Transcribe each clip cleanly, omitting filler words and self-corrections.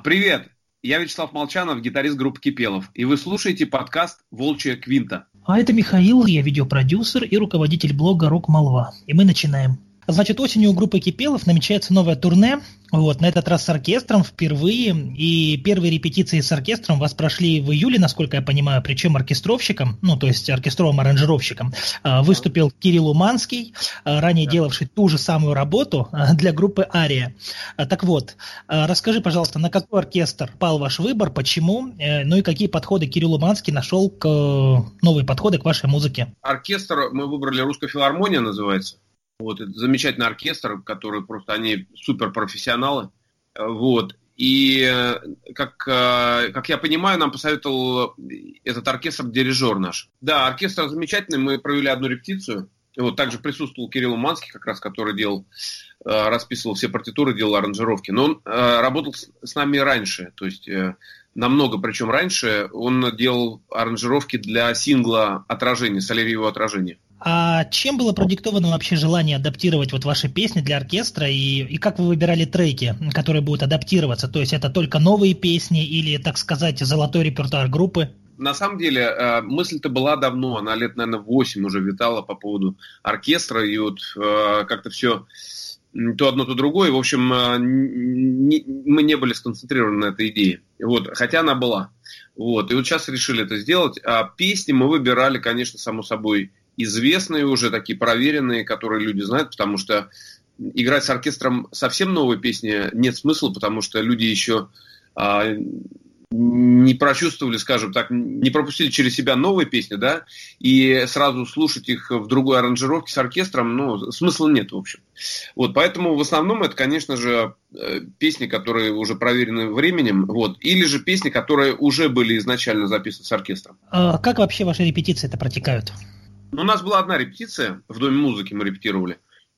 Привет, я Вячеслав Молчанов, гитарист группы Кипелов, и вы слушаете подкаст «Волчья Квинта». А это Михаил, я видеопродюсер и руководитель блога «Рок-Молва». И мы начинаем. Значит, осенью у группы Кипелов намечается новое турне, на этот раз с оркестром впервые, и первые репетиции с оркестром у вас прошли в июле, насколько я понимаю, причем оркестровщиком, то есть оркестровым аранжировщиком, выступил Кирилл Уманский, ранее делавший ту же самую работу для группы «Ария». Так вот, расскажи, пожалуйста, на какой оркестр пал ваш выбор, почему, и какие подходы Кирилл Уманский нашел новые подходы к вашей музыке? Оркестр мы выбрали «Русская филармония» называется. Это замечательный оркестр, который просто они суперпрофессионалы. И как я понимаю, нам посоветовал этот оркестр дирижер наш. Да, оркестр замечательный, мы провели одну репетицию. Также присутствовал Кирилл Уманский, как раз, который расписывал все партитуры, делал аранжировки. Но он работал с нами раньше, то есть намного, причем раньше, он делал аранжировки для сингла «Отражение», «Соловьево отражение». А чем было продиктовано вообще желание адаптировать ваши песни для оркестра, и как вы выбирали треки, которые будут адаптироваться? То есть это только новые песни или, так сказать, золотой репертуар группы? На самом деле мысль-то была давно, она лет, наверное, 8 уже витала по поводу оркестра, и как-то все то одно, то другое. В общем, мы не были сконцентрированы на этой идее, хотя она была. И сейчас решили это сделать. А песни мы выбирали, конечно, само собой, известные уже, такие проверенные, которые люди знают, потому что играть с оркестром совсем новые песни нет смысла, потому что люди еще не прочувствовали, скажем так, не пропустили через себя новые песни, да, и сразу слушать их в другой аранжировке с оркестром, смысла нет, в общем. Поэтому в основном это, конечно же, песни, которые уже проверены временем, или же песни, которые уже были изначально записаны с оркестром. А как вообще ваши репетиции-то протекают? У нас была одна репетиция, в Доме музыки мы репетировали,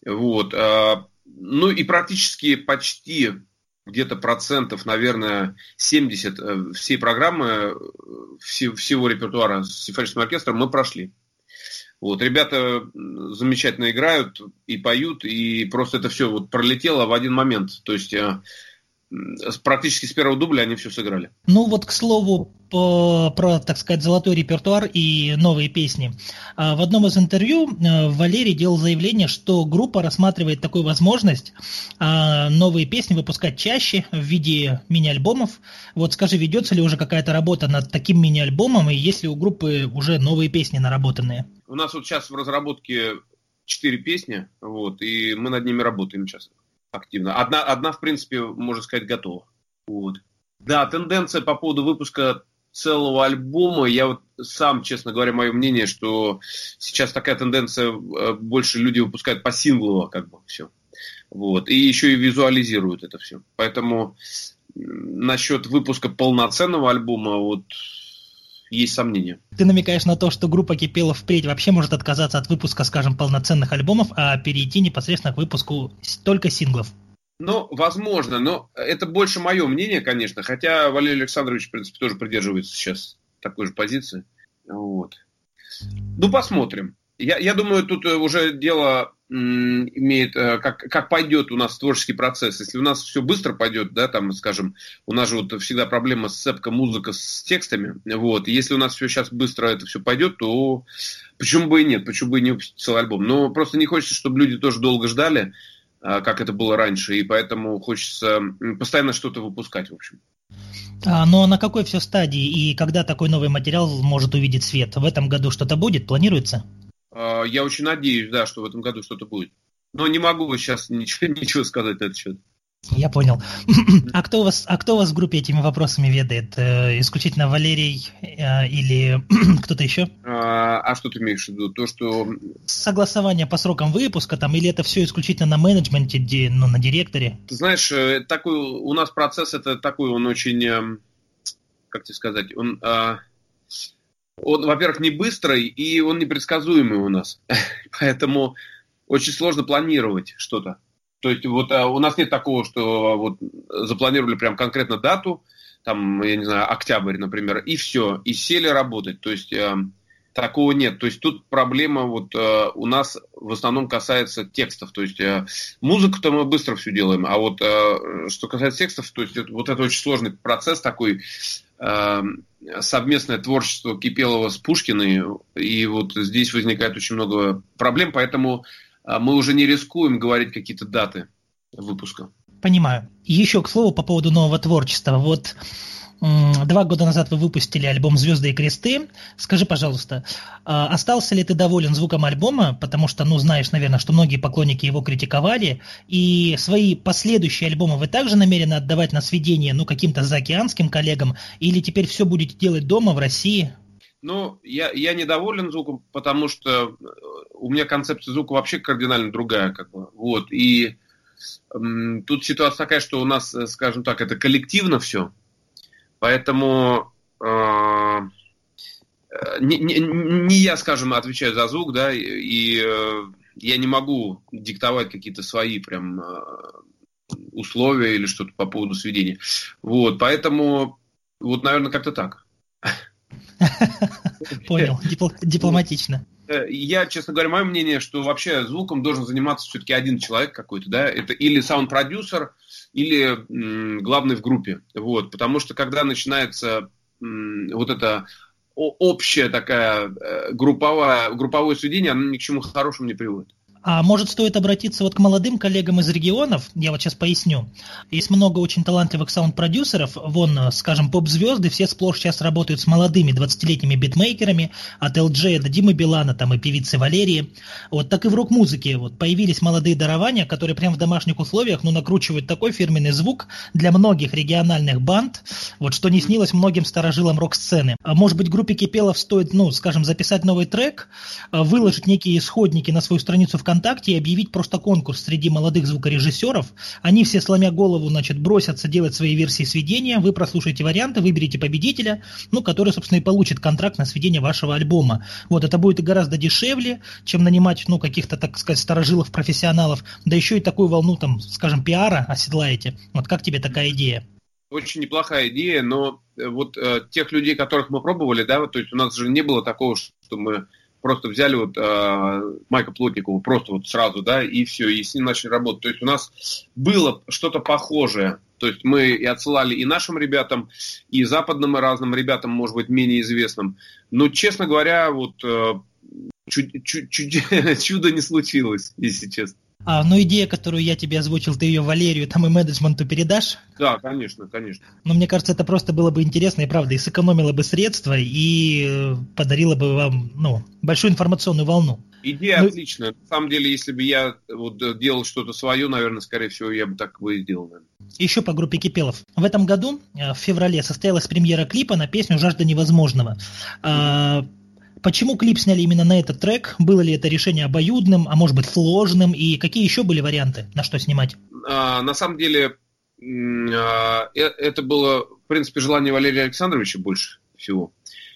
и практически почти где-то процентов, наверное, 70 всей программы, всего репертуара с симфоническим оркестром мы прошли. Ребята замечательно играют и поют, и просто это все пролетело в один момент, то есть практически с первого дубля они все сыграли. К слову, про, так сказать, золотой репертуар и новые песни. В одном из интервью Валерий делал заявление, что группа рассматривает такую возможность новые песни выпускать чаще в виде мини-альбомов. Скажи, ведется ли уже какая-то работа над таким мини-альбомом, и есть ли у группы уже новые песни наработанные? У нас сейчас в разработке 4 песни, и мы над ними работаем сейчас активно. Одна, в принципе, можно сказать, готова. Да, тенденция по поводу выпуска целого альбома, я сам, честно говоря, мое мнение, что сейчас такая тенденция, больше люди выпускают по синглово, все. И еще и визуализируют это все. Поэтому насчет выпуска полноценного альбома, есть сомнения. Ты намекаешь на то, что группа Кипелов впредь вообще может отказаться от выпуска, скажем, полноценных альбомов, а перейти непосредственно к выпуску только синглов? Возможно, но это больше мое мнение, конечно, хотя Валерий Александрович, в принципе, тоже придерживается сейчас такой же позиции. Посмотрим. Я думаю, тут уже дело имеет, как пойдет у нас творческий процесс. Если у нас все быстро пойдет, да, скажем, у нас же всегда проблема сцепка музыка с текстами, если у нас все сейчас быстро это все пойдет, то почему бы и нет, почему бы и не выпустить целый альбом. Но просто не хочется, чтобы люди тоже долго ждали, как это было раньше, и поэтому хочется постоянно что-то выпускать, в общем. Но на какой все стадии и когда такой новый материал может увидеть свет? В этом году что-то будет, планируется? Я очень надеюсь, да, что в этом году что-то будет. Но не могу сейчас ничего сказать на этот счет. Я понял. А кто у вас в группе этими вопросами ведает? Исключительно Валерий или кто-то еще? А что ты имеешь в виду? То, что... Согласование по срокам выпуска, или это все исключительно на менеджменте, на директоре? Ты знаешь, такой у нас процесс, это такой, он очень, как тебе сказать, он, во-первых, не быстрый, и он непредсказуемый у нас. Поэтому очень сложно планировать что-то. То есть у нас нет такого, что запланировали прям конкретно дату, я не знаю, октябрь, например, и все, и сели работать. То есть Такого нет. То есть тут проблема вот у нас в основном касается текстов. То есть музыку-то мы быстро все делаем, а вот что касается текстов, то есть вот это очень сложный процесс такой, совместное творчество Кипелова с Пушкиной, и вот здесь возникает очень много проблем, поэтому мы уже не рискуем говорить какие-то даты выпуска. Понимаю. И еще, к слову, по поводу нового творчества. Вот 2 года назад вы выпустили альбом «Звезды и кресты». Скажи, пожалуйста, остался ли ты доволен звуком альбома? Потому что, знаешь, наверное, что многие поклонники его критиковали. И свои последующие альбомы вы также намерены отдавать на сведение, каким-то заокеанским коллегам? Или теперь все будете делать дома, в России? Я недоволен звуком, потому что у меня концепция звука вообще кардинально другая. Вот. И тут ситуация такая, что у нас, скажем так, это коллективно все. Поэтому не я, скажем, отвечаю за звук, да, и я не могу диктовать какие-то свои прям условия или что-то по поводу сведения. Вот, поэтому, наверное, как-то так. Понял, дипломатично. Я, честно говоря, мое мнение, что вообще звуком должен заниматься все-таки один человек какой-то, да, это или саунд-продюсер, или главный в группе, вот, потому что когда начинается вот это общая такая групповое сведение, оно ни к чему хорошему не приводит. А может, стоит обратиться к молодым коллегам из регионов? Я вот сейчас поясню. Есть много очень талантливых саунд-продюсеров. Скажем, поп-звезды все сплошь сейчас работают с молодыми 20-летними битмейкерами, от LJ до Димы Билана, там и певицы Валерии. Вот так и в рок-музыке появились молодые дарования, которые прямо в домашних условиях накручивают такой фирменный звук для многих региональных банд, что не снилось многим старожилам рок-сцены. А может быть, группе Кипелов стоит, скажем, записать новый трек, выложить некие исходники на свою страницу ВКонтакте и объявить просто конкурс среди молодых звукорежиссеров. Они все, сломя голову, бросятся делать свои версии сведения. Вы прослушаете варианты, выберете победителя, который, собственно, и получит контракт на сведение вашего альбома. Вот, это будет гораздо дешевле, чем нанимать, каких-то, так сказать, старожилов-профессионалов. Да еще и такую волну, скажем, пиара оседлаете. Вот как тебе такая идея? Очень неплохая идея, но тех людей, которых мы пробовали, да, то есть у нас же не было такого, что мы просто взяли Майка Плотникова просто сразу, да, и все, и с ним начали работать. То есть у нас было что-то похожее. То есть мы и отсылали и нашим ребятам, и западным и разным ребятам, может быть, менее известным. Но, честно говоря, чудо не случилось, если честно. Идея, которую я тебе озвучил, ты ее Валерию и менеджменту передашь? Да, конечно. Но мне кажется, это просто было бы интересно и правда, и сэкономило бы средства, и подарило бы вам, большую информационную волну. Идея отличная. На самом деле, если бы я делал что-то свое, наверное, скорее всего, я бы так и сделал. Еще по группе Кипелов. В этом году, в феврале, состоялась премьера клипа на песню «Жажда невозможного». Почему клип сняли именно на этот трек? Было ли это решение обоюдным, а может быть сложным? И какие еще были варианты, на что снимать? На самом деле, это было, в принципе, желание Валерия Александровича больше всего.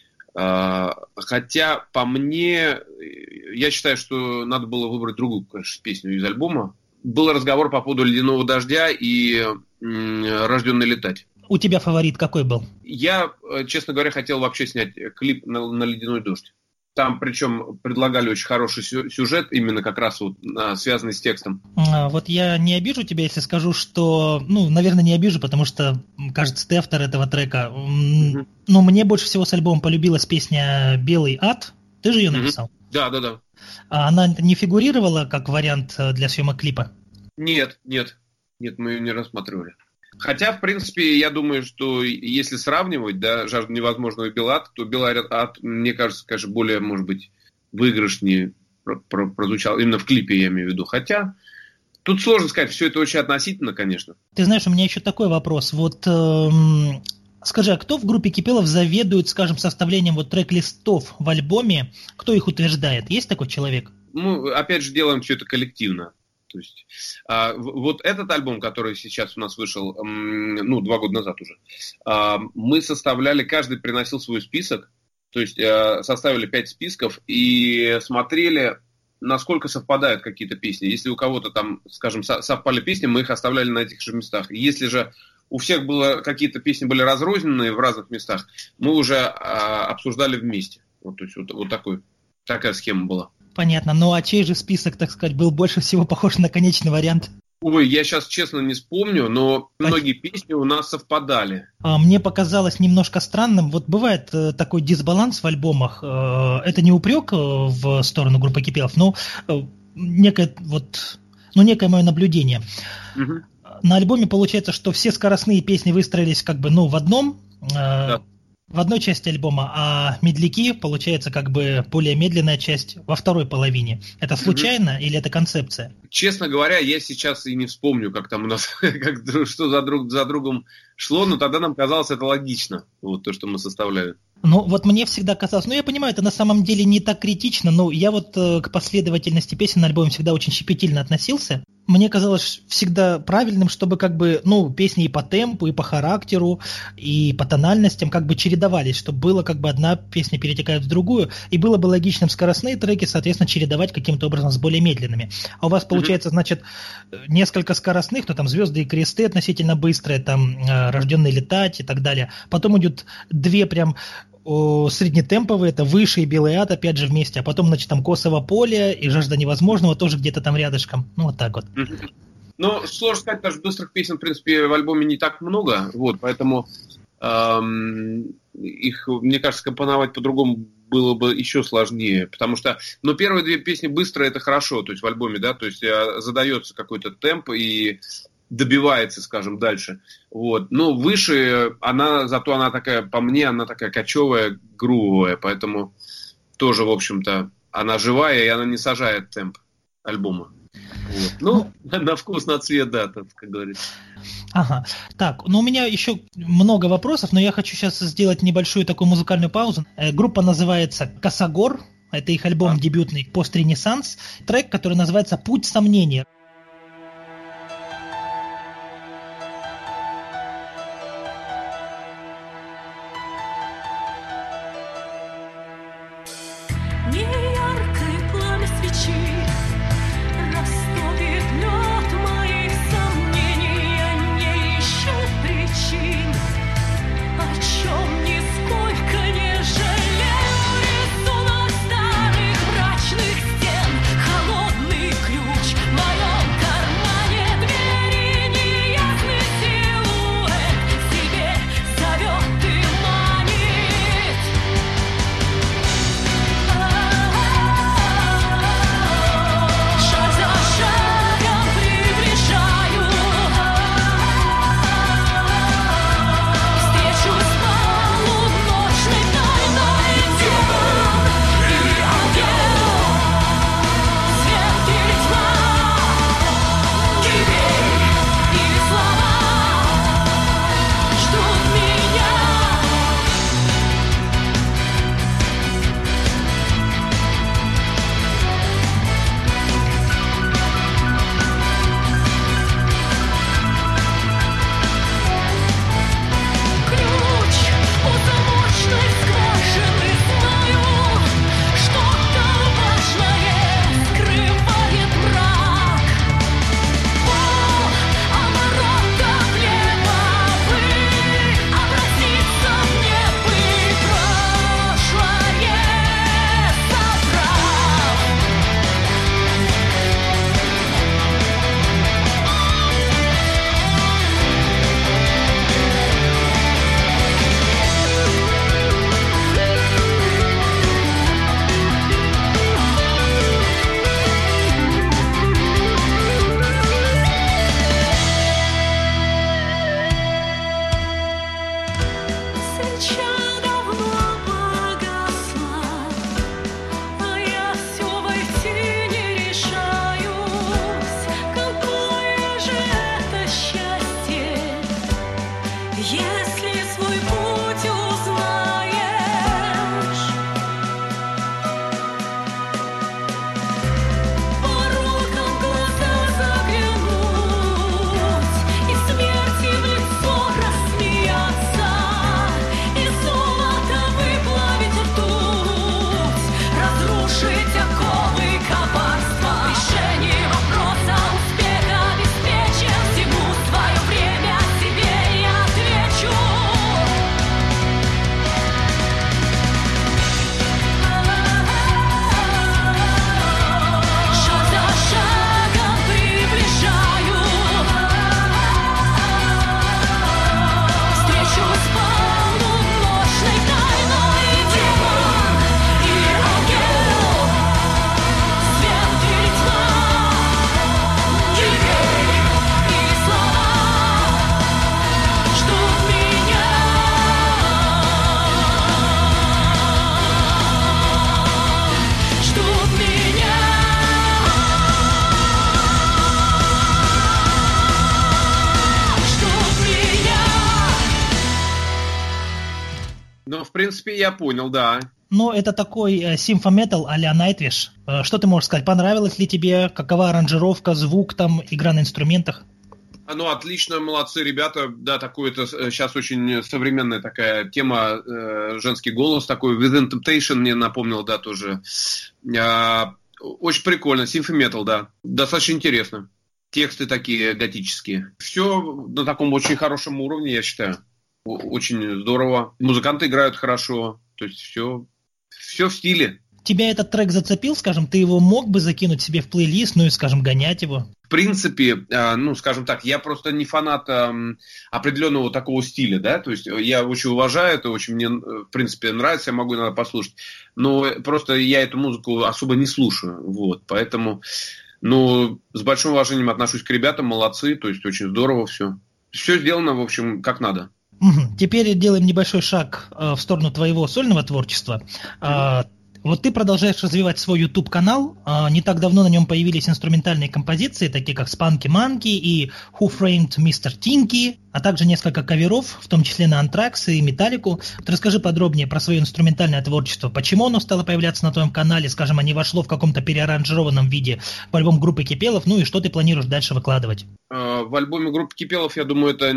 Хотя, по мне, я считаю, что надо было выбрать другую, конечно, песню из альбома. Был разговор по поводу «Ледяного дождя» и «Рожденный летать». У тебя фаворит какой был? Я, честно говоря, хотел вообще снять клип на «Ледяной дождь». Там, причем, предлагали очень хороший сюжет, именно как раз связанный с текстом. Вот я не обижу тебя, если скажу, что... наверное, не обижу, потому что, кажется, ты автор этого трека. Но мне больше всего с альбомом полюбилась песня «Белый ад». Ты же ее написал? Да. А она не фигурировала как вариант для съемок клипа? Нет, мы ее не рассматривали. Хотя, в принципе, я думаю, что если сравнивать, да, «Жажду невозможного» и «Белый ад», то «Белый ад», мне кажется, конечно, более, может быть, выигрышнее прозвучал. Именно в клипе, я имею в виду. Хотя, тут сложно сказать, все это очень относительно, конечно. Ты знаешь, у меня еще такой вопрос. Скажи, а кто в группе Кипелов заведует, скажем, составлением трек-листов в альбоме? Кто их утверждает? Есть такой человек? Мы, опять же, делаем все это коллективно. То есть, этот альбом, который сейчас у нас вышел, 2 года назад уже, мы составляли, каждый приносил свой список, то есть составили 5 списков и смотрели, насколько совпадают какие-то песни. Если у кого-то там, скажем, совпали песни, мы их оставляли на этих же местах. Если же у всех какие-то песни были разрозненные в разных местах, мы уже обсуждали вместе. Вот, то есть такая схема была. Понятно. Ну а чей же список, так сказать, был больше всего похож на конечный вариант? Ой, я сейчас честно не вспомню, но многие песни у нас совпадали. Мне показалось немножко странным. Вот бывает такой дисбаланс в альбомах. Это не упрек в сторону группы Кипелов, но некое мое наблюдение. Угу. На альбоме получается, что все скоростные песни выстроились как бы в одном. Да. В одной части альбома, а медляки, получается, как бы более медленная часть во второй половине. Это случайно или это концепция? Честно говоря, я сейчас и не вспомню, как там у нас, что за другом шло, но тогда нам казалось это логично, вот то, что мы составляли. Ну, вот мне всегда казалось, я понимаю, это на самом деле не так критично, но я вот к последовательности песен на альбоме всегда очень щепетильно относился. Мне казалось всегда правильным, чтобы песни и по темпу, и по характеру, и по тональностям как бы чередовались, чтобы было как бы одна песня перетекает в другую, и было бы логичным скоростные треки, соответственно, чередовать каким-то образом с более медленными. А у вас получается, значит, несколько скоростных, там «Звезды и кресты» относительно быстрые, там «Рожденные летать» и так далее. Потом идут две прям среднетемповые, это «Выше» и «Белый ад» опять же вместе, а потом, значит, там «Косово поле» и «Жажда невозможного» тоже где-то там рядышком. Вот так вот. Ну, сложно сказать, потому что быстрых песен, в принципе, в альбоме не так много, поэтому их, мне кажется, компоновать по-другому было бы еще сложнее, потому что, первые две песни быстрые, это хорошо, то есть в альбоме, да, то есть задается какой-то темп и добивается, скажем, дальше. Выше зато она такая, по мне, она такая кочевая, грувовая, поэтому тоже, в общем-то, она живая, и она не сажает темп альбома. На вкус, на цвет, да, как говорится. Ага. Так, у меня еще много вопросов, но я хочу сейчас сделать небольшую такую музыкальную паузу. Группа называется «Косогор», это их альбом дебютный «Пост-ренессанс», трек, который называется «Путь сомнений». Ну, в принципе, я понял, да. Но это такой симфометал а-ля Nightwish. Что ты можешь сказать? Понравилось ли тебе? Какова аранжировка, звук, там, игра на инструментах? Ну, отлично, молодцы ребята. Да, такое это сейчас очень современная такая тема. Женский голос такой. Within Temptation мне напомнил, да, тоже. Очень прикольно. Симфометал, да. Достаточно интересно. Тексты такие готические. Все на таком очень хорошем уровне, я считаю. Очень здорово. Музыканты играют хорошо. То есть все в стиле. Тебя этот трек зацепил, скажем, ты его мог бы закинуть себе в плейлист, ну и, скажем, гонять его? В принципе, ну, скажем так, я просто не фанат определенного такого стиля, да, то есть я очень уважаю это, очень мне, в принципе, нравится, я могу иногда послушать, но просто я эту музыку особо не слушаю, вот, поэтому, ну, с большим уважением отношусь к ребятам, молодцы, то есть очень здорово все. Все сделано, в общем, как надо. Теперь делаем небольшой шаг в сторону твоего сольного творчества. Вот ты продолжаешь развивать свой YouTube-канал. Не так давно на нем появились инструментальные композиции, такие как Spunky Monkey и Who Framed Mr. Tinky, а также несколько каверов, в том числе на Anthrax и Metallica. Вот расскажи подробнее про свое инструментальное творчество. Почему оно стало появляться на твоем канале? Скажем, а не вошло в каком-то переаранжированном виде в альбом группы Кипелов? Ну и что ты планируешь дальше выкладывать? В альбоме группы Кипелов, я думаю, это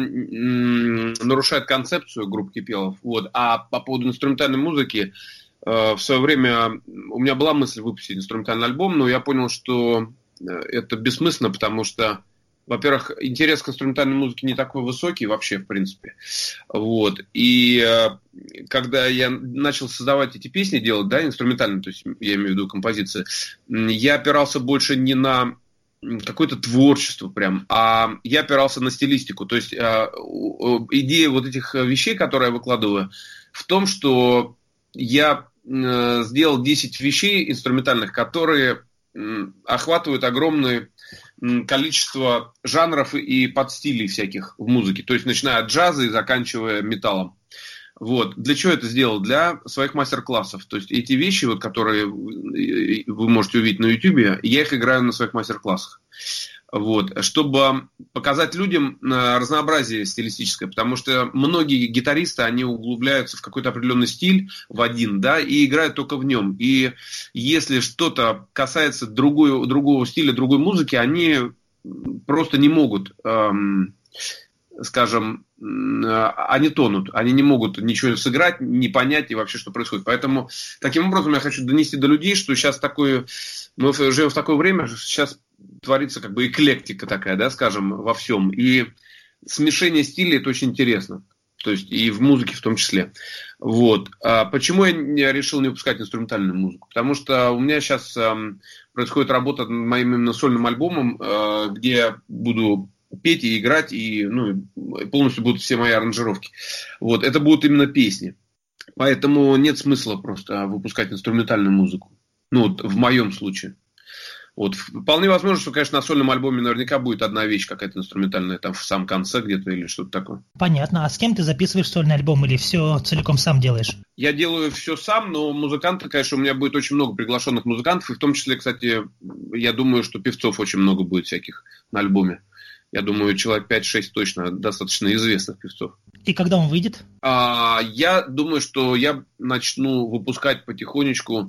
нарушает концепцию группы Кипелов. Вот. А по поводу инструментальной музыки, в свое время у меня была мысль выпустить инструментальный альбом, но я понял, что это бессмысленно, потому что, во-первых, интерес к инструментальной музыке не такой высокий вообще, в принципе. Вот. И когда я начал создавать эти песни, делать, да, инструментальные, то есть я имею в виду композиции, я опирался больше не на какое-то творчество прям, а я опирался на стилистику. То есть идея вот этих вещей, которые я выкладываю, в том, что я сделал 10 вещей инструментальных, которые охватывают огромное количество жанров и подстилей всяких в музыке. То есть, начиная от джаза и заканчивая металлом. Вот. Для чего это сделал? Для своих мастер-классов. То есть, эти вещи, вот, которые вы можете увидеть на YouTube, я их играю на своих мастер-классах. Вот, чтобы показать людям разнообразие стилистическое, потому что многие гитаристы, они углубляются в какой-то определенный стиль, в один, да, и играют только в нем. И если что-то касается другого стиля, другой музыки, они просто не могут, скажем, они тонут, они не могут ничего сыграть, не понять и вообще, что происходит. Поэтому таким образом я хочу донести до людей, что сейчас мы живем в такое время, сейчас творится как бы эклектика такая, да, скажем, во всем. И смешение стилей – это очень интересно. То есть и в музыке в том числе. Вот. А почему я решил не выпускать инструментальную музыку? Потому что у меня сейчас происходит работа над моим именно сольным альбомом, где я буду петь и играть, и полностью будут все мои аранжировки. Вот. Это будут именно песни. Поэтому нет смысла просто выпускать инструментальную музыку. Ну, вот в моем случае. Вот. Вполне возможно, что, конечно, на сольном альбоме наверняка будет одна вещь какая-то инструментальная, там в самом конце где-то или что-то такое. Понятно. А с кем ты записываешь сольный альбом или все целиком сам делаешь? Я делаю все сам, но музыканты, конечно, у меня будет очень много приглашенных музыкантов, и в том числе, кстати, я думаю, что певцов очень много будет всяких на альбоме. Я думаю, человек 5-6 точно достаточно известных певцов. И когда он выйдет? Я думаю, что я начну выпускать потихонечку,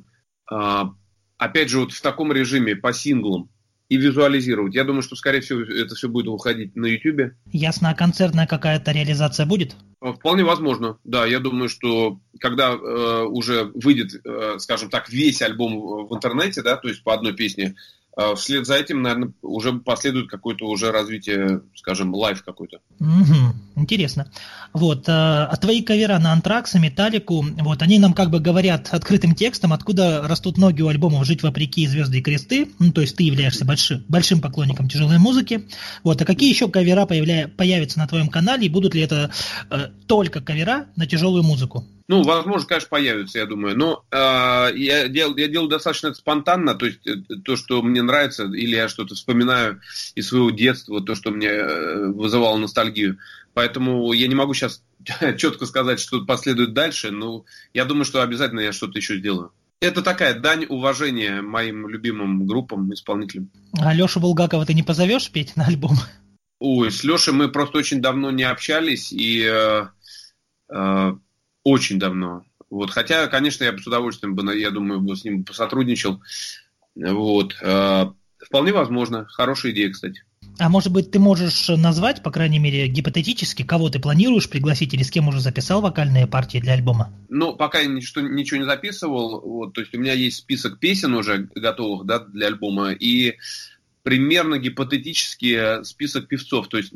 опять же, вот в таком режиме, по синглам, и визуализировать. Я думаю, что, скорее всего, это все будет выходить на YouTube. Ясно. А концертная какая-то реализация будет? Вполне возможно. Да, я думаю, что когда уже выйдет, скажем так, весь альбом в интернете, да, то есть по одной песне, вслед за этим, наверное, уже последует какое-то уже развитие, скажем, лайв какой-то. Интересно. Вот, а твои кавера на Anthrax и Metallica, вот, они нам как бы говорят открытым текстом, откуда растут ноги у альбомов «Жить вопреки» и «Звезды и кресты», ну, то есть ты являешься большим поклонником тяжелой музыки. Вот, а какие еще кавера появятся на твоем канале, и будут ли это только кавера на тяжелую музыку? Ну, возможно, конечно, появится, я думаю. Но я делаю достаточно спонтанно, то есть то, что мне нравится, или я что-то вспоминаю из своего детства, то, что мне вызывало ностальгию. Поэтому я не могу сейчас четко сказать, что последует дальше, но я думаю, что обязательно я что-то еще сделаю. Это такая дань уважения моим любимым группам, исполнителям. А Лешу Булгакова ты не позовешь петь на альбом? Ой, с Лешей мы просто очень давно не общались, и очень давно. Вот, хотя, конечно, я бы с удовольствием, я думаю, бы с ним посотрудничал. Вот. Вполне возможно. Хорошая идея, кстати. А может быть, ты можешь назвать, по крайней мере, гипотетически, кого ты планируешь пригласить или с кем уже записал вокальные партии для альбома? Ну, пока я ничего не записывал. Вот, то есть у меня есть список песен уже готовых, да, для альбома. И примерно гипотетически список певцов. То есть,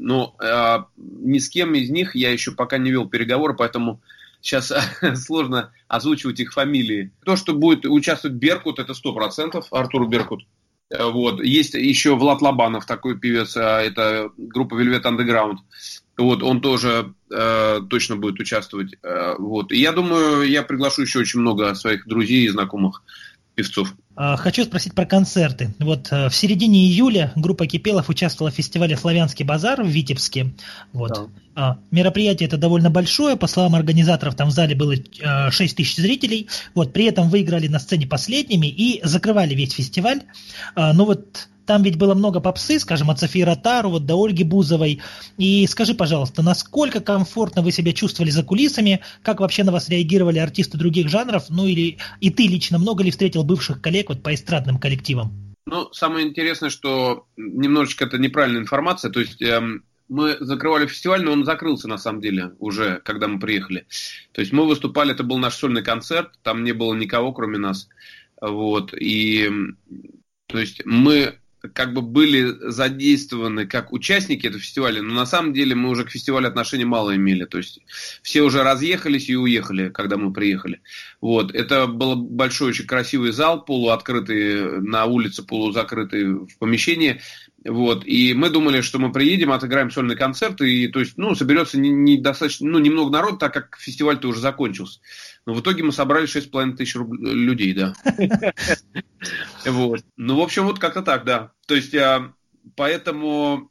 ни с кем из них я еще пока не вел переговоры, поэтому сейчас сложно озвучивать их фамилии. То, что будет участвовать Беркут, это 100%, Артур Беркут. Вот. Есть еще Влад Лобанов, такой певец, это группа Velvet Underground. Вот, он тоже точно будет участвовать. Вот. И я думаю, я приглашу еще очень много своих друзей и знакомых певцов. Хочу спросить про концерты. Вот в середине июля группа Кипелов участвовала в фестивале «Славянский базар» в Витебске. Вот. Да. Мероприятие это довольно большое. По словам организаторов, там в зале было 6 тысяч зрителей. Вот. При этом вы играли на сцене последними и закрывали весь фестиваль. Но вот там ведь было много попсы, скажем, от Софии Ротару вот, до Ольги Бузовой. И скажи, пожалуйста, насколько комфортно вы себя чувствовали за кулисами? Как вообще на вас реагировали артисты других жанров? Ну или и ты лично много ли встретил бывших коллег вот, по эстрадным коллективам? Ну, самое интересное, что немножечко это неправильная информация. То есть мы закрывали фестиваль, но он закрылся на самом деле уже, когда мы приехали. То есть мы выступали, это был наш сольный концерт, там не было никого, кроме нас. Вот. И то есть мы как бы были задействованы как участники этого фестиваля, но на самом деле мы уже к фестивалю отношения мало имели. То есть все уже разъехались и уехали, когда мы приехали. Вот. Это был большой, очень красивый зал, полуоткрытый на улице, полузакрытый в помещении. Вот. И мы думали, что мы приедем, отыграем сольный концерт, и то есть, соберется недостаточно, немного народу, так как фестиваль-то уже закончился. Но в итоге мы собрали 6,5 тысяч людей, да. Вот. Ну, в общем, вот как-то так, да. То есть, поэтому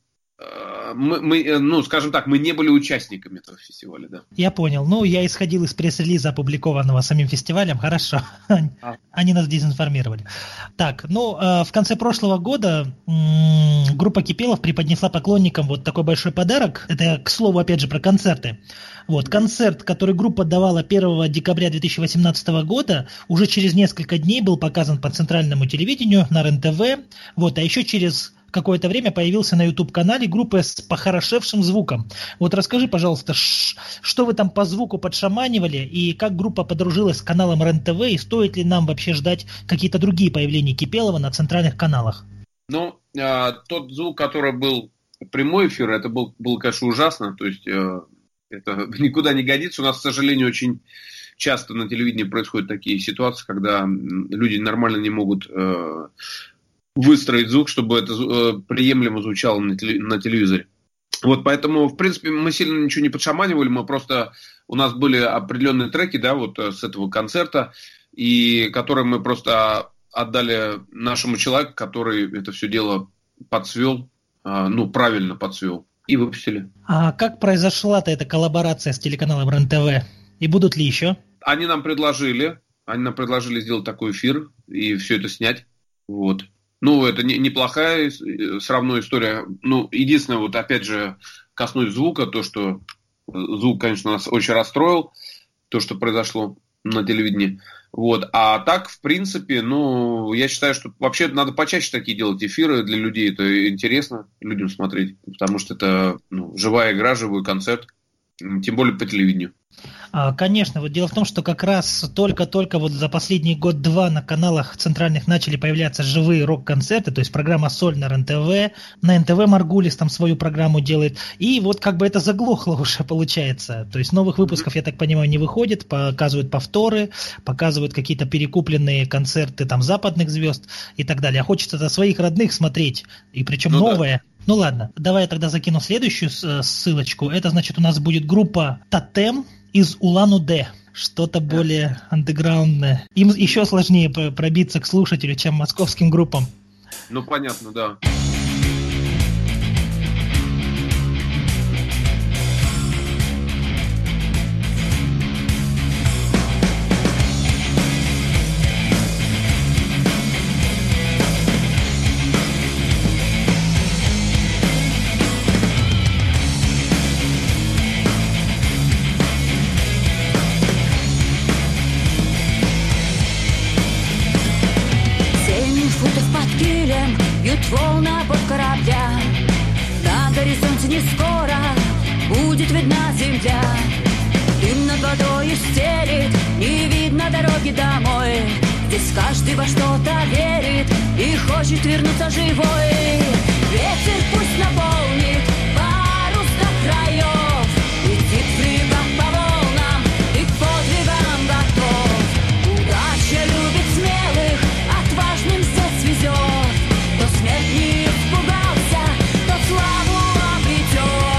мы, скажем так, мы не были участниками этого фестиваля, да. Я понял. Ну, я исходил из пресс-релиза, опубликованного самим фестивалем. Хорошо. Они нас дезинформировали. Так, в конце прошлого года группа Кипелов преподнесла поклонникам вот такой большой подарок. Это, к слову, опять же, про концерты. Вот, концерт, который группа давала 1 декабря 2018 года, уже через несколько дней был показан по центральному телевидению на РЕН-ТВ. Вот, а еще через какое-то время появился на YouTube-канале группы с похорошевшим звуком. Вот расскажи, пожалуйста, что вы там по звуку подшаманивали и как группа подружилась с каналом РЕН-ТВ и стоит ли нам вообще ждать какие-то другие появления Кипелова на центральных каналах? Тот звук, который был прямой эфир, это был, конечно, ужасно, то есть это никуда не годится. У нас, к сожалению, очень часто на телевидении происходят такие ситуации, когда люди нормально не могут выстроить звук, чтобы это приемлемо звучало на телевизоре. Вот, поэтому, в принципе, мы сильно ничего не подшаманивали, у нас были определенные треки, да, вот с этого концерта, и которые мы просто отдали нашему человеку, который это все дело подсвел, правильно подсвел, и выпустили. А как произошла-то эта коллаборация с телеканалом РЕН-ТВ? И будут ли еще? Они нам предложили сделать такой эфир и все это снять. Вот. Это неплохая сравнительная история. Единственное, вот опять же, коснусь звука, то, что звук, конечно, нас очень расстроил, то, что произошло на телевидении. Вот. А так, в принципе, я считаю, что вообще надо почаще такие делать эфиры для людей. Это интересно людям смотреть, потому что это живая игра, живой концерт, тем более по телевидению. Конечно, вот дело в том, что как раз только-только вот за последний год-два на каналах центральных начали появляться живые рок-концерты, то есть программа «Соль» на РЕН-ТВ, на НТВ Маргулис там свою программу делает, и вот как бы это заглохло уже получается, то есть новых выпусков, я так понимаю, не выходит, показывают повторы, показывают какие-то перекупленные концерты там западных звезд и так далее, а хочется своих родных смотреть, и причем новое. Да. Ладно, давай я тогда закину следующую ссылочку, это значит у нас будет группа «Тотем» из Улан-Удэ, что-то более андеграундное. Им еще сложнее пробиться к слушателю, чем московским группам. Понятно, да. не скоро будет видна земля. Дым над водой стелит, не видно дороги домой. Здесь каждый во что-то верит и хочет вернуться живой. Ветер пусть наполнит парус до краев, летит в рыбах по волнам и к подвигам готов. Удача любит смелых, отважным здесь везет. Кто смерть не испугался, тот славу обретет.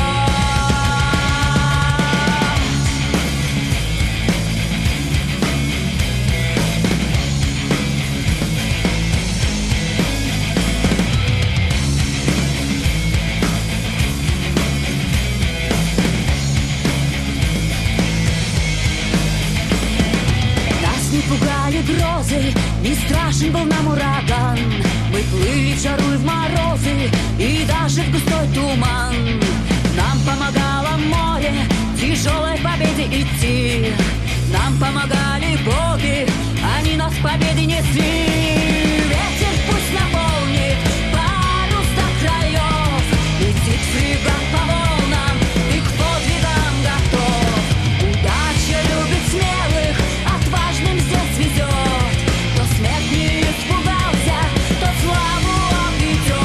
Пугали грозы, не страшен был нам ураган. Мы плыли в жару и в морозы, и даже в густой туман. Нам помогало море к тяжелой победе идти. Нам помогали боги, они нас к победе несли. Ветер пусть наполнит парус до краев, летит в рыбах по волнам и к подвигам готов. Удача любит смелых, отважным здесь везет. Кто смерть не испугался, тот славу обретет.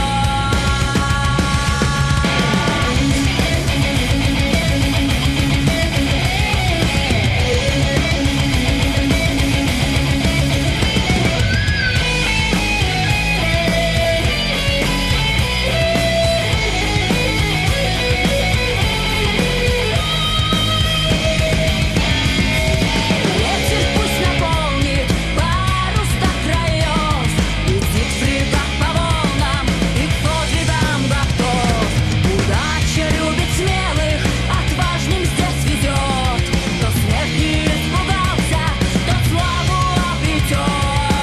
Ветер пусть наполнит парус до краев, летит в рыбах по волнам и к подвигам готов. Удача любит смелых, отважным здесь везет. Кто смерть не испугался, тот славу обретет.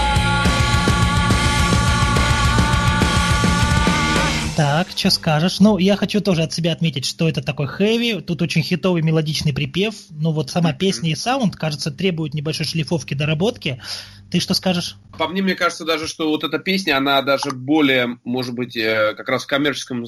Так, что скажешь? Ну, я хочу тоже от себя отметить, что это такой хэви, тут очень хитовый мелодичный припев, ну вот сама песня и саунд, кажется, требуют небольшой шлифовки, доработки. Ты что скажешь? По мне кажется даже, что вот эта песня, она даже более, может быть, как раз в коммерческом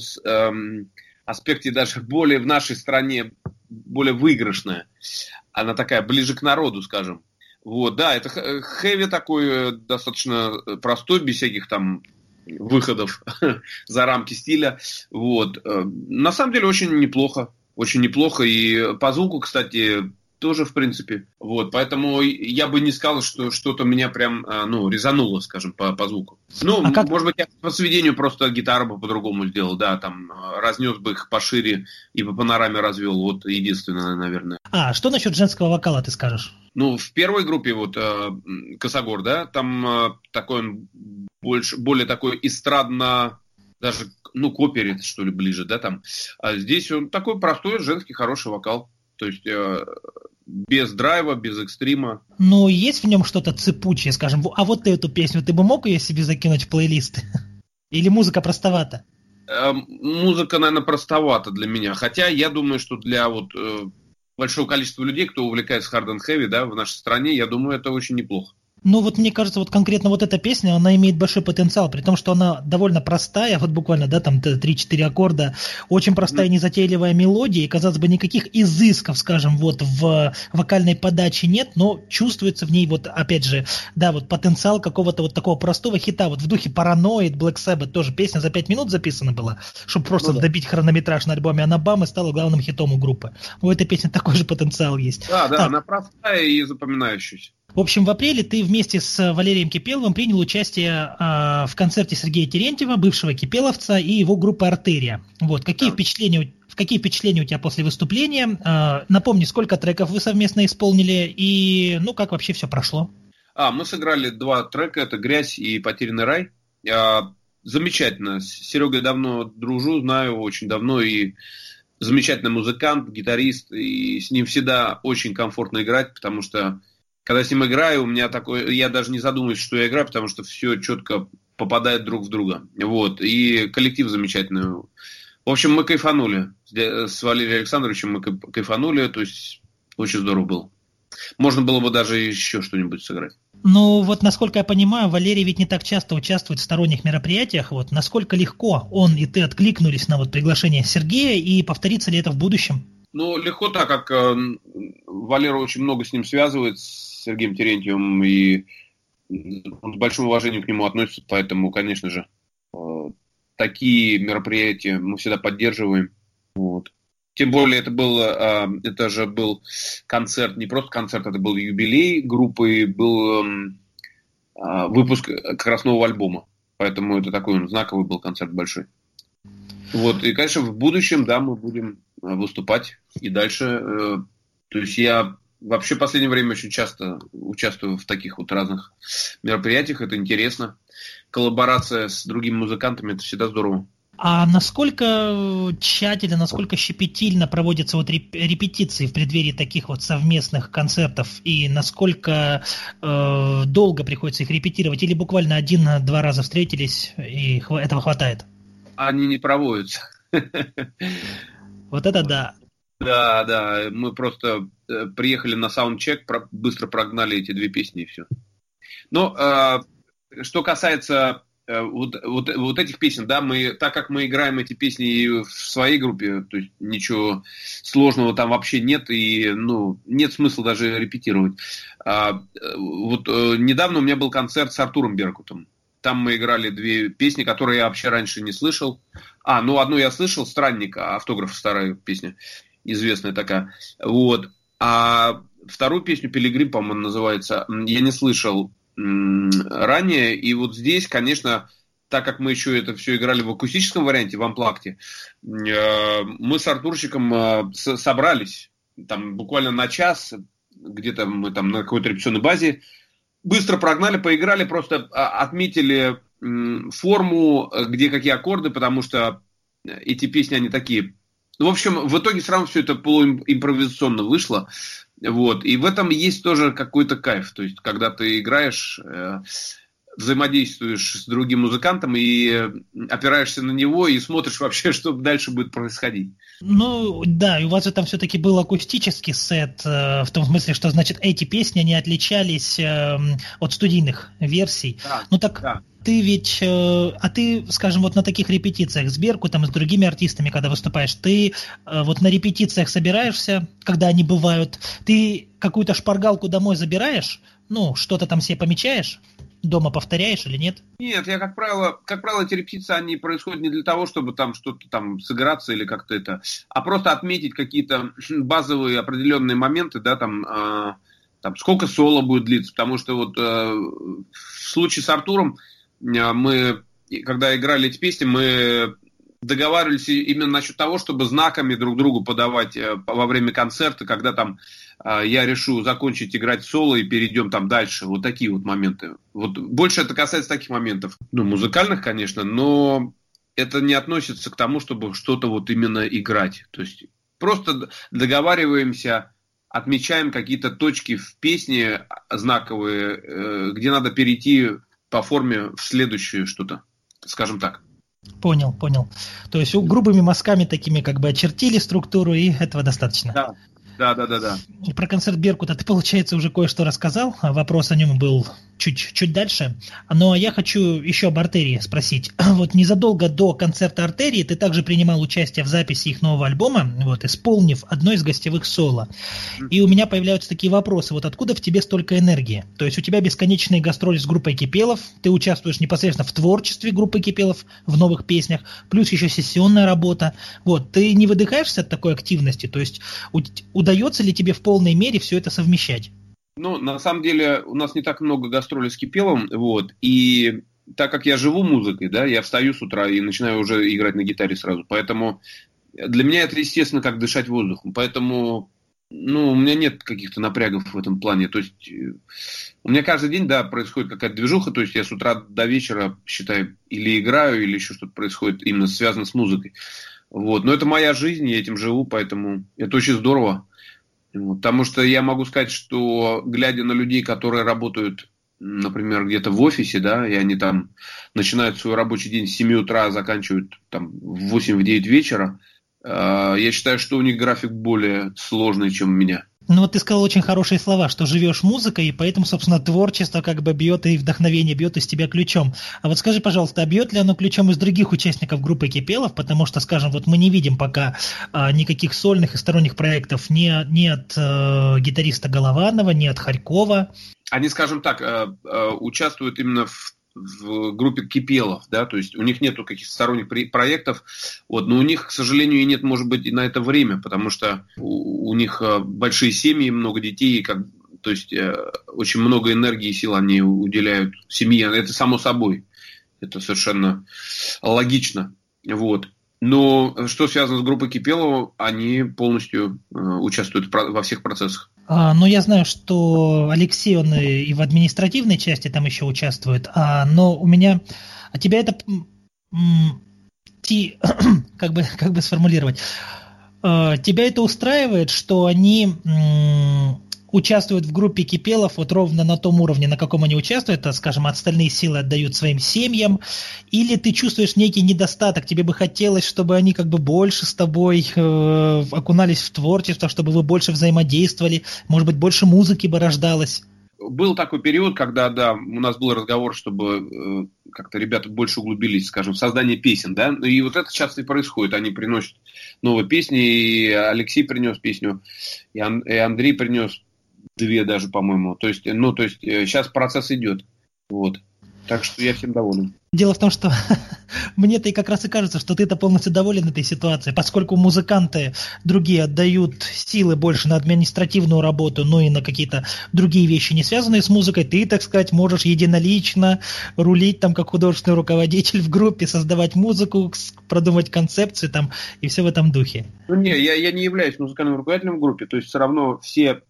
аспекте даже более в нашей стране, более выигрышная. Она такая, ближе к народу, скажем. Вот, да, это хэви такой, достаточно простой, без всяких там выходов за рамки стиля. Вот. На самом деле очень неплохо. Очень неплохо. И по звуку, кстати, тоже, в принципе. Вот. Поэтому я бы не сказал, что что-то меня прям резануло, скажем, по звуку. Ну, может быть, я по сведению просто гитару бы по-другому сделал. Да, там разнес бы их пошире и по панораме развел. Вот единственное, наверное. А, что насчет женского вокала ты скажешь? Ну, в первой группе, вот, Косогор, да, там такой он более такой эстрадно, даже, к опере, что ли, ближе, да, там. А здесь он такой простой, женский, хороший вокал. То есть, без драйва, без экстрима. Ну, есть в нем что-то цепучее, скажем. А вот ты эту песню, ты бы мог ее себе закинуть в плейлист? Или музыка простовата? Музыка, наверное, простовата для меня. Хотя, я думаю, что для вот большого количества людей, кто увлекается hard and heavy, да, в нашей стране, я думаю, это очень неплохо. Ну вот мне кажется, вот конкретно вот эта песня, она имеет большой потенциал, при том, что она довольно простая, вот буквально, да, там 3-4 аккорда, очень простая, незатейливая мелодия, и, казалось бы, никаких изысков, скажем, вот в вокальной подаче нет, но чувствуется в ней вот, опять же, да, вот потенциал какого-то вот такого простого хита, вот в духе Paranoid, Black Sabbath, тоже песня за 5 минут записана была, чтобы просто добить хронометраж на альбоме, она бам и стала главным хитом у группы. У этой песни такой же потенциал есть. Да, она простая и запоминающаяся. В общем, в апреле ты вместе с Валерием Кипеловым принял участие в концерте Сергея Терентьева, бывшего кипеловца, и его группы «Артерия». Вот, какие впечатления у тебя после выступления? Напомни, сколько треков вы совместно исполнили и, как вообще все прошло? Мы сыграли 2 трека, это «Грязь» и «Потерянный рай». Замечательно. С Серегой давно дружу, знаю очень давно, и замечательный музыкант, гитарист, и с ним всегда очень комфортно играть, потому что когда с ним играю, у меня такое, я даже не задумываюсь, что я играю, потому что все четко попадает друг в друга. Вот. И коллектив замечательный. В общем, мы кайфанули. С Валерием Александровичем мы кайфанули, то есть очень здорово было. Можно было бы даже еще что-нибудь сыграть. Ну, вот насколько я понимаю, Валерий ведь не так часто участвует в сторонних мероприятиях. Вот насколько легко он и ты откликнулись на вот приглашение Сергея, и повторится ли это в будущем? Ну, легко так, как Валера очень много с ним связывает, с Сергеем Терентьевым, и он с большим уважением к нему относится, поэтому, конечно же, такие мероприятия мы всегда поддерживаем. Вот. Тем более это же был концерт, не просто концерт, это был юбилей группы, был выпуск как раз нового альбома. Поэтому это такой знаковый был концерт большой. Вот. И, конечно, в будущем, да, мы будем выступать и дальше. То есть я вообще в последнее время очень часто участвую в таких вот разных мероприятиях. Это интересно. Коллаборация с другими музыкантами – это всегда здорово. А насколько тщательно, насколько щепетильно проводятся вот репетиции в преддверии таких вот совместных концертов, и насколько долго приходится их репетировать, или буквально 1-2 раза встретились, и этого хватает? Они не проводятся. Вот это да. Да, мы просто приехали на саундчек, быстро прогнали эти 2 песни и все. Но что касается вот этих песен, да, так как мы играем эти песни и в своей группе, то есть ничего сложного там вообще нет, и нет смысла даже репетировать. Вот недавно у меня был концерт с Артуром Беркутом. Там мы играли 2 песни, которые я вообще раньше не слышал. Одну я слышал, «Странник», «Автограф», старая песня, известная такая. Вот. А вторую песню «Пилигрим», по-моему, называется, я не слышал ранее. И вот здесь, конечно, так как мы еще это все играли в акустическом варианте, в амплагте, мы с Артурчиком собрались там буквально на час, где-то мы там на какой-то репетиционной базе, быстро прогнали, поиграли, просто отметили форму, где какие аккорды, потому что эти песни, они такие. В общем, в итоге все равно все это полуимпровизационно вышло. Вот. И в этом есть тоже какой-то кайф. То есть, когда ты играешь, взаимодействуешь с другим музыкантом и опираешься на него и смотришь вообще, что дальше будет происходить. Ну, да, и у вас же там все-таки был акустический сет, в том смысле, что, значит, эти песни, они отличались от студийных версий. Да, ну так да. Ты ведь, ты, скажем, вот на таких репетициях с Беркутом и с другими артистами, когда выступаешь, ты вот на репетициях собираешься, когда они бывают, ты какую-то шпаргалку домой забираешь, что-то там себе помечаешь? Дома повторяешь или нет? Нет, я, как правило, эти репетиции, они происходят не для того, чтобы там что-то там сыграться или как-то это, а просто отметить какие-то базовые определенные моменты, да, там сколько соло будет длиться, потому что вот в случае с Артуром мы, когда играли эти песни, мы договаривались именно насчет того, чтобы знаками друг другу подавать во время концерта, когда там я решу закончить играть соло и перейдем там дальше. Вот такие вот моменты. Вот больше это касается таких моментов. Музыкальных, конечно, но это не относится к тому, чтобы что-то вот именно играть. То есть просто договариваемся, отмечаем какие-то точки в песне знаковые, где надо перейти по форме в следующее что-то, скажем так. Понял. То есть грубыми мазками такими как бы очертили структуру, и этого достаточно. Да. И про концерт Беркута ты, получается, уже кое-что рассказал. Вопрос о нем был чуть дальше. Но я хочу еще об Артерии спросить. Вот незадолго до концерта Артерии ты также принимал участие в записи их нового альбома, вот, исполнив одно из гостевых соло. И у меня появляются такие вопросы. Вот откуда в тебе столько энергии? То есть у тебя бесконечные гастроли с группой Кипелов, ты участвуешь непосредственно в творчестве группы Кипелов, в новых песнях, плюс еще сессионная работа. Вот, ты не выдыхаешься от такой активности? То есть удается ли тебе в полной мере все это совмещать? На самом деле, у нас не так много гастролей с Кипелом, вот, и так как я живу музыкой, да, я встаю с утра и начинаю уже играть на гитаре сразу, поэтому для меня это, естественно, как дышать воздухом, поэтому, у меня нет каких-то напрягов в этом плане, то есть у меня каждый день, да, происходит какая-то движуха, то есть я с утра до вечера, считай, или играю, или еще что-то происходит именно связано с музыкой, вот, но это моя жизнь, я этим живу, поэтому это очень здорово. Потому что я могу сказать, что глядя на людей, которые работают, например, где-то в офисе, да, и они там начинают свой рабочий день с 7 утра, а заканчивают там в 8-9 вечера, я считаю, что у них график более сложный, чем у меня. Ну вот ты сказал очень хорошие слова, что живешь музыкой, и поэтому, собственно, творчество как бы бьет и вдохновение бьет из тебя ключом. А вот скажи, пожалуйста, а бьет ли оно ключом из других участников группы Кипелов? Потому что, скажем, вот мы не видим пока никаких сольных и сторонних проектов ни от гитариста Голованова, ни от Харькова. Они, скажем так, участвуют именно в группе Кипелов, да, то есть у них нету каких-то сторонних проектов, вот, но у них, к сожалению, нет, может быть, и на это время, потому что у них большие семьи, много детей, то есть очень много энергии и сил они уделяют семье, это само собой, это совершенно логично, вот. Но что связано с группой Кипелова, они полностью участвуют во всех процессах. Ну, я знаю, что Алексей, он и в административной части там еще участвует, но у меня... А тебя это... Как бы сформулировать? Тебя это устраивает, что они участвуют в группе Кипелов вот ровно на том уровне, на каком они участвуют, скажем, остальные силы отдают своим семьям, или ты чувствуешь некий недостаток, тебе бы хотелось, чтобы они как бы больше с тобой окунались в творчество, чтобы вы больше взаимодействовали, может быть, больше музыки бы рождалось? Был такой период, когда, да, у нас был разговор, чтобы как-то ребята больше углубились, скажем, в создание песен, да, и вот это часто и происходит, они приносят новые песни, и Алексей принес песню, и Андрей принес 2 даже, по-моему. То есть сейчас процесс идет. Вот. Так что я всем доволен. Дело в том, что мне-то и как раз и кажется, что ты-то полностью доволен этой ситуацией, поскольку музыканты другие отдают силы больше на административную работу, ну и на какие-то другие вещи, не связанные с музыкой, ты, так сказать, можешь единолично рулить там как художественный руководитель в группе, создавать музыку, продумывать концепции там и все в этом духе. Ну не, я не являюсь музыкальным руководителем в группе, то есть все равно все,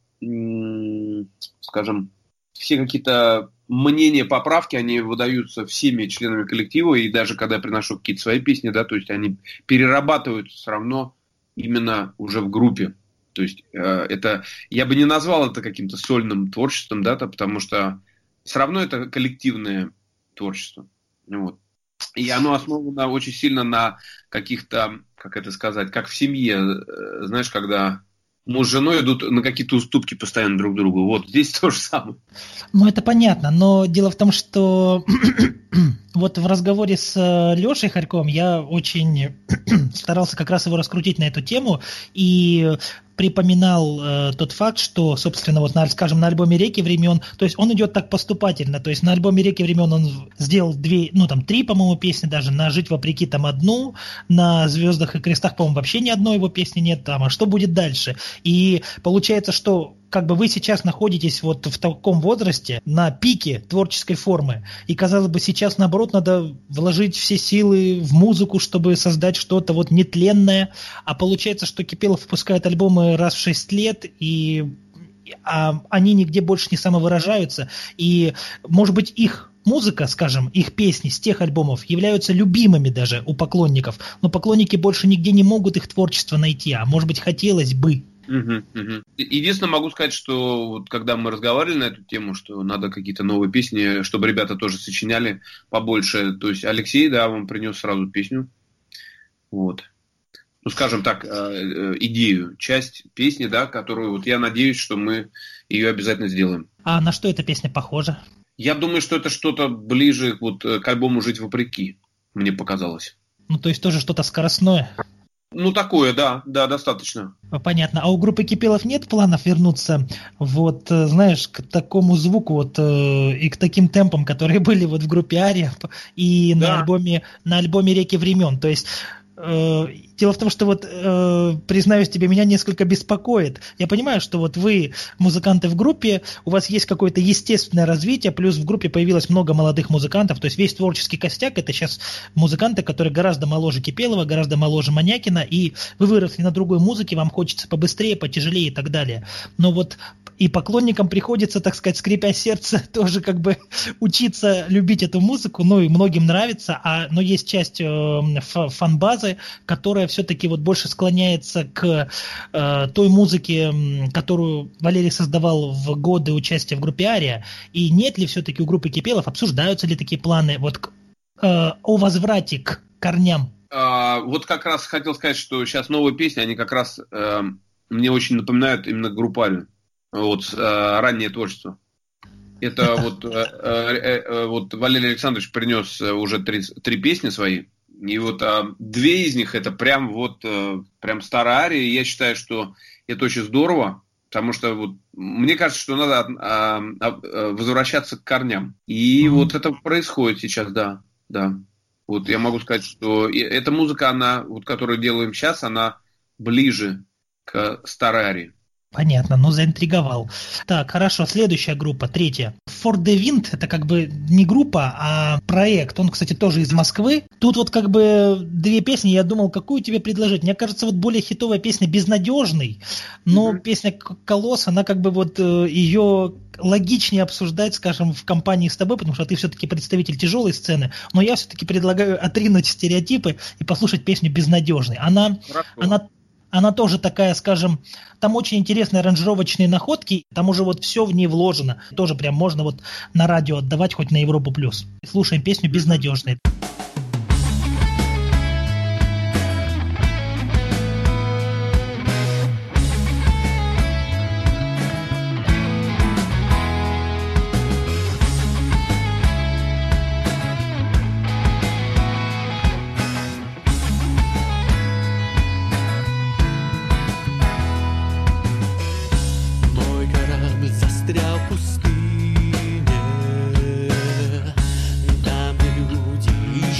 скажем, все какие-то мнения, поправки, они выдаются всеми членами коллектива, и даже когда я приношу какие-то свои песни, да, то есть они перерабатываются все равно именно уже в группе. То есть это, я бы не назвал это каким-то сольным творчеством, да, потому что все равно это коллективное творчество. Вот. И оно основано очень сильно на каких-то, как это сказать, как в семье, знаешь, когда муж с женой идут на какие-то уступки постоянно друг другу. Вот здесь то же самое. Ну, это понятно, но дело в том, что вот в разговоре с Лешей Харьковым я очень старался как раз его раскрутить на эту тему и припоминал тот факт, что, собственно, вот, скажем, на альбоме «Реки времен», то есть он идет так поступательно, то есть на альбоме «Реки времен» он сделал 3, по-моему, песни даже, на «Жить вопреки» там 1, на «Звездах и крестах», по-моему, вообще ни одной его песни нет там, а что будет дальше? И получается, что как бы вы сейчас находитесь вот в таком возрасте на пике творческой формы, и, казалось бы, сейчас, наоборот, надо вложить все силы в музыку, чтобы создать что-то вот нетленное, а получается, что Кипелов выпускает альбомы раз в 6 лет, и они нигде больше не самовыражаются, и, может быть, их музыка, скажем, их песни с тех альбомов являются любимыми даже у поклонников, но поклонники больше нигде не могут их творчество найти, а может быть, хотелось бы. Единственное, могу сказать, что вот когда мы разговаривали на эту тему, что надо какие-то новые песни, чтобы ребята тоже сочиняли побольше. То есть Алексей, да, он принес сразу песню. Вот. Ну, скажем так, идею, часть песни, да, которую вот я надеюсь, что мы ее обязательно сделаем. А на что эта песня похожа? Я думаю, что это что-то ближе вот к альбому «Жить вопреки», мне показалось. Ну, то есть тоже что-то скоростное? Ну, такое, да, достаточно. Понятно. А у группы Кипелов нет планов вернуться, вот, знаешь, к такому звуку вот и к таким темпам, которые были вот в группе Ария и да. на альбоме «Реки времен». То есть дело в том, что вот, признаюсь тебе, меня несколько беспокоит. Я понимаю, что вот вы, музыканты в группе, у вас есть какое-то естественное развитие, плюс в группе появилось много молодых музыкантов, то есть весь творческий костяк – это сейчас музыканты, которые гораздо моложе Кипелова, гораздо моложе Манякина, и вы выросли на другой музыке, вам хочется побыстрее, потяжелее и так далее. Но вот и поклонникам приходится, так сказать, скрипя сердце, тоже как бы учиться любить эту музыку, ну и многим нравится, но есть часть фан-базы, которая все-таки вот больше склоняется к той музыке, которую Валерий создавал в годы участия в группе Ария. И нет ли все-таки у группы Кипелов, обсуждаются ли такие планы вот о возврате к корням? Вот как раз хотел сказать, что сейчас новые песни, они как раз мне очень напоминают именно группарию. Вот, раннее творчество. Это вот Валерий Александрович принес уже три песни свои. И вот две из них это прям старая ария. И я считаю, что это очень здорово. Потому что вот, мне кажется, что надо возвращаться к корням. И вот это происходит сейчас, да. Вот я могу сказать, что эта музыка, она, вот, которую делаем сейчас, она ближе к старой арии. Понятно, ну заинтриговал. Так, хорошо, следующая группа, третья. For the Wind, это как бы не группа, а проект. Он, кстати, тоже из Москвы. Тут вот как бы две песни, я думал, какую тебе предложить. Мне кажется, вот более хитовая песня «Безнадежный», но песня «Колосс», она как бы вот ее логичнее обсуждать, скажем, в компании с тобой, потому что ты все-таки представитель тяжелой сцены, но я все-таки предлагаю отринуть стереотипы и послушать песню «Безнадежный». Она тоже такая, скажем, там очень интересные аранжировочные находки, там уже вот все в ней вложено. Тоже прям можно вот на радио отдавать хоть на Европу+. Слушаем песню «Безнадежный». Там, где люди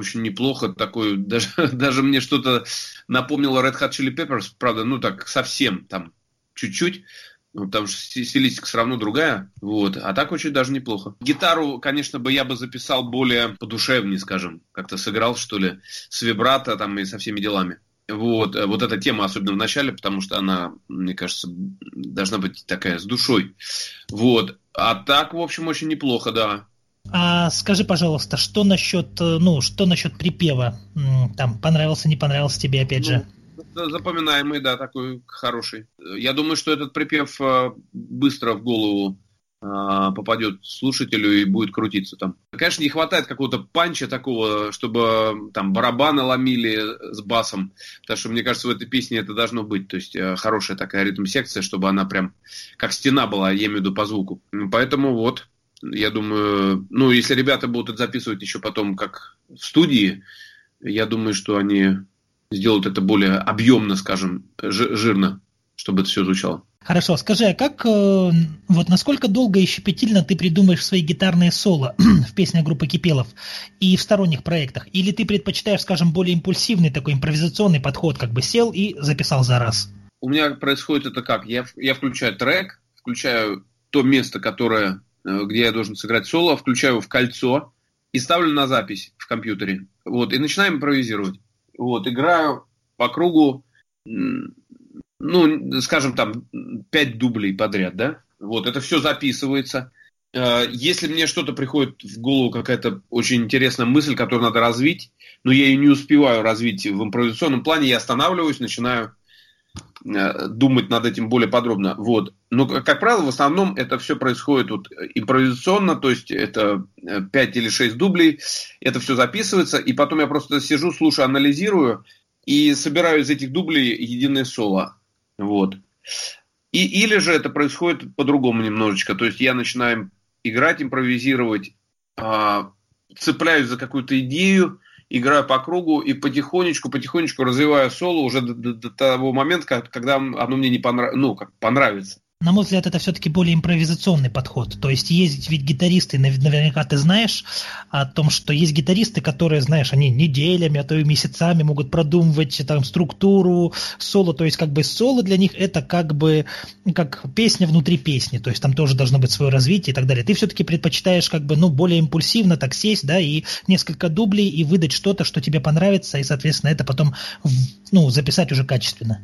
очень неплохо. Такой, даже мне что-то напомнило Red Hot Chili Peppers, правда, ну так совсем там чуть-чуть. Ну, там же стилистика все равно другая, вот, а так очень даже неплохо. Гитару, конечно, я бы записал более подушевнее, скажем, как-то сыграл, что ли, с вибрато там и со всеми делами. Вот эта тема, особенно в начале, потому что она, мне кажется, должна быть такая с душой. Вот, а так, в общем, очень неплохо, да. А скажи, пожалуйста, что насчет припева? Там, понравился, не понравился тебе, опять же? Запоминаемый, да, такой хороший. Я думаю, что этот припев быстро в голову попадет слушателю и будет крутиться там. Конечно, не хватает какого-то панча такого, чтобы там барабаны ломили с басом, потому что, мне кажется, в этой песне это должно быть. То есть хорошая такая ритм-секция, чтобы она прям как стена была, я имею в виду по звуку. Поэтому вот, я думаю, ну, если ребята будут это записывать еще потом как в студии, я думаю, что они сделают это более объемно, скажем, жирно, чтобы это все звучало. Хорошо, скажи, а как, вот насколько долго и щепетильно ты придумаешь свои гитарные соло в песнях группы Кипелов и в сторонних проектах? Или ты предпочитаешь, скажем, более импульсивный такой импровизационный подход, как бы сел и записал за раз? У меня происходит это как? Я включаю трек, включаю то место, где я должен сыграть соло, включаю его в кольцо и ставлю на запись в компьютере. Вот, и начинаем импровизировать. Вот, играю по кругу, ну, скажем, там, 5 дублей подряд, да? Вот, это все записывается. Если мне что-то приходит в голову, какая-то очень интересная мысль, которую надо развить, но я ее не успеваю развить в импровизационном плане, я останавливаюсь, начинаю думать над этим более подробно. Вот. Но, как правило, в основном это все происходит вот импровизационно, то есть это 5 или 6 дублей, это все записывается, и потом я просто сижу, слушаю, анализирую и собираю из этих дублей единое соло. Вот. Или же это происходит по-другому немножечко, то есть я начинаю играть, импровизировать, цепляюсь за какую-то идею, играю по кругу и потихонечку развиваю соло уже до того момента, когда оно мне не понравится. На мой взгляд, это все-таки более импровизационный подход. То есть ведь гитаристы, наверняка ты знаешь о том, что есть гитаристы, которые, знаешь, они неделями, а то и месяцами могут продумывать там структуру соло. То есть как бы соло для них это как бы как песня внутри песни. То есть там тоже должно быть свое развитие и так далее. Ты все-таки предпочитаешь как бы более импульсивно так сесть, да, и несколько дублей и выдать что-то, что тебе понравится, и, соответственно, это потом записать уже качественно.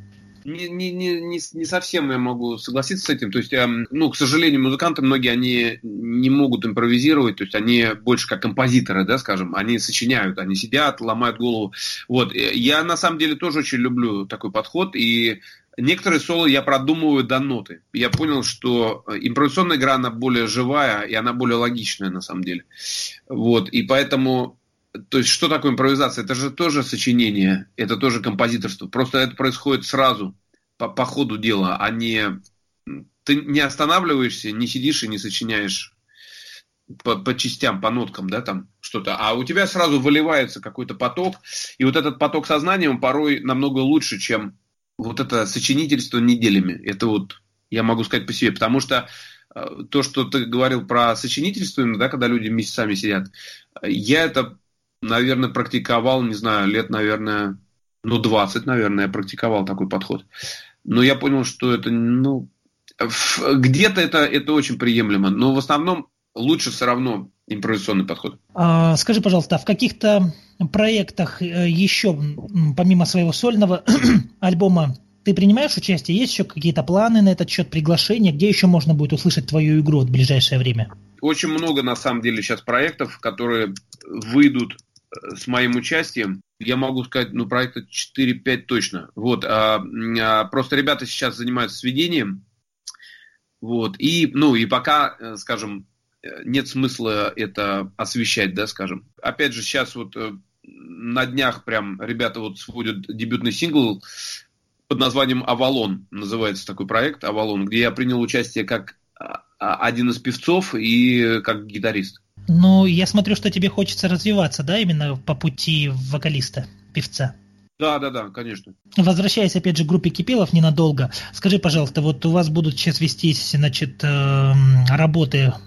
Не совсем я могу согласиться с этим. То есть, к сожалению, музыканты многие, они не могут импровизировать, то есть они больше как композиторы, да, скажем, они сочиняют, они сидят, ломают голову. Вот. Я на самом деле тоже очень люблю такой подход, и некоторые соло я продумываю до ноты. Я понял, что импровизационная игра, она более живая, и она более логичная на самом деле. Вот. И поэтому... То есть, что такое импровизация? Это же тоже сочинение, это тоже композиторство. Просто это происходит сразу, по ходу дела, а не... Ты не останавливаешься, не сидишь и не сочиняешь по частям, по ноткам, да, там что-то. А у тебя сразу выливается какой-то поток, и вот этот поток сознания, он порой намного лучше, чем вот это сочинительство неделями. Это вот я могу сказать по себе, потому что то, что ты говорил про сочинительство, да, когда люди месяцами сидят, я это... Наверное, практиковал, не знаю, лет, наверное, 20, наверное, я практиковал такой подход. Но я понял, что это, где-то это очень приемлемо. Но в основном лучше все равно импровизационный подход. Скажи, пожалуйста, в каких-то проектах еще, помимо своего сольного альбома, ты принимаешь участие? Есть еще какие-то планы на этот счет, приглашения? Где еще можно будет услышать твою игру в ближайшее время? Очень много, на самом деле, сейчас проектов, которые выйдут с моим участием. Я могу сказать, проекта 4-5 точно. Вот. Просто ребята сейчас занимаются сведением. Вот. И пока, скажем, нет смысла это освещать, да, скажем. Опять же, сейчас вот на днях прям ребята вот сводят дебютный сингл под названием «Авалон». Называется такой проект «Авалон», где я принял участие как один из певцов и как гитарист. Я смотрю, что тебе хочется развиваться, да, именно по пути вокалиста, певца. Да, конечно. Возвращаясь опять же к группе Кипелов ненадолго, скажи, пожалуйста, вот у вас будут сейчас вестись, работы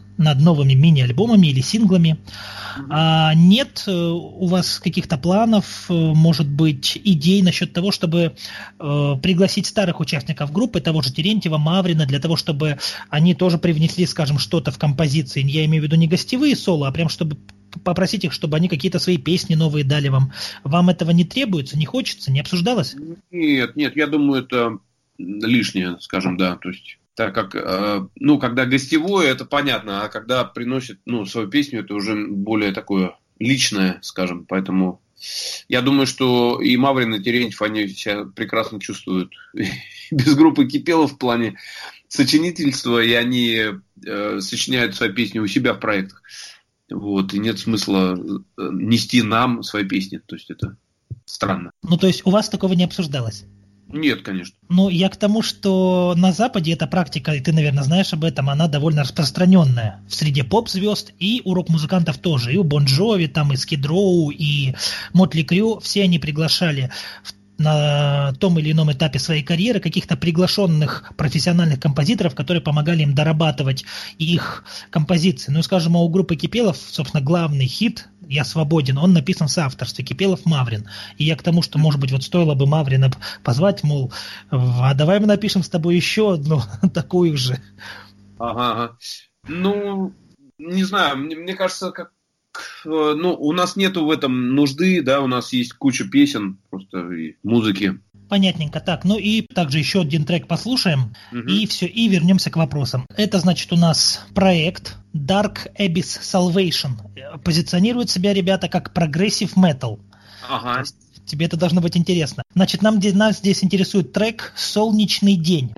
над новыми мини-альбомами или синглами. А нет у вас каких-то планов, может быть, идей насчет того, чтобы пригласить старых участников группы, того же Терентьева, Маврина, для того, чтобы они тоже привнесли, скажем, что-то в композиции? Я имею в виду не гостевые соло, а прям чтобы попросить их, чтобы они какие-то свои песни новые дали вам. Вам этого не требуется, не хочется, не обсуждалось? Нет, я думаю, это лишнее, скажем, да. То есть, так как, когда гостевое, это понятно, а когда приносит, свою песню, это уже более такое личное, скажем. Поэтому я думаю, что и Маврин, и Терентьев, они себя прекрасно чувствуют без группы Кипелов в плане сочинительства, и они сочиняют свои песни у себя в проектах. Вот, и нет смысла нести нам свои песни. То есть это странно. То есть у вас такого не обсуждалось? Нет, конечно. Я к тому, что на Западе эта практика, и ты, наверное, знаешь об этом, она довольно распространенная в среде поп-звезд и у рок-музыкантов тоже. И у Бон Джови, там и Скид Роу, и Мотли Крю, все они приглашали на том или ином этапе своей карьеры каких-то приглашенных профессиональных композиторов, которые помогали им дорабатывать их композиции. Скажем, у группы Кипелов, собственно, главный хит «Я свободен», он написан в соавторстве Кипелов Маврин. И я к тому, что, может быть, стоило бы Маврина позвать, мол, а давай мы напишем с тобой еще одну такую же. Ага. Не знаю, мне кажется, у нас нету в этом нужды, да, у нас есть куча песен просто и музыки. Понятненько. Так, и также еще один трек послушаем, и все, и вернемся к вопросам. Это, значит, у нас проект Dark Abyss Salvation. Позиционируют себя ребята как прогрессив метал. Ага. Тебе это должно быть интересно. Значит, нас здесь интересует трек «Солнечный день».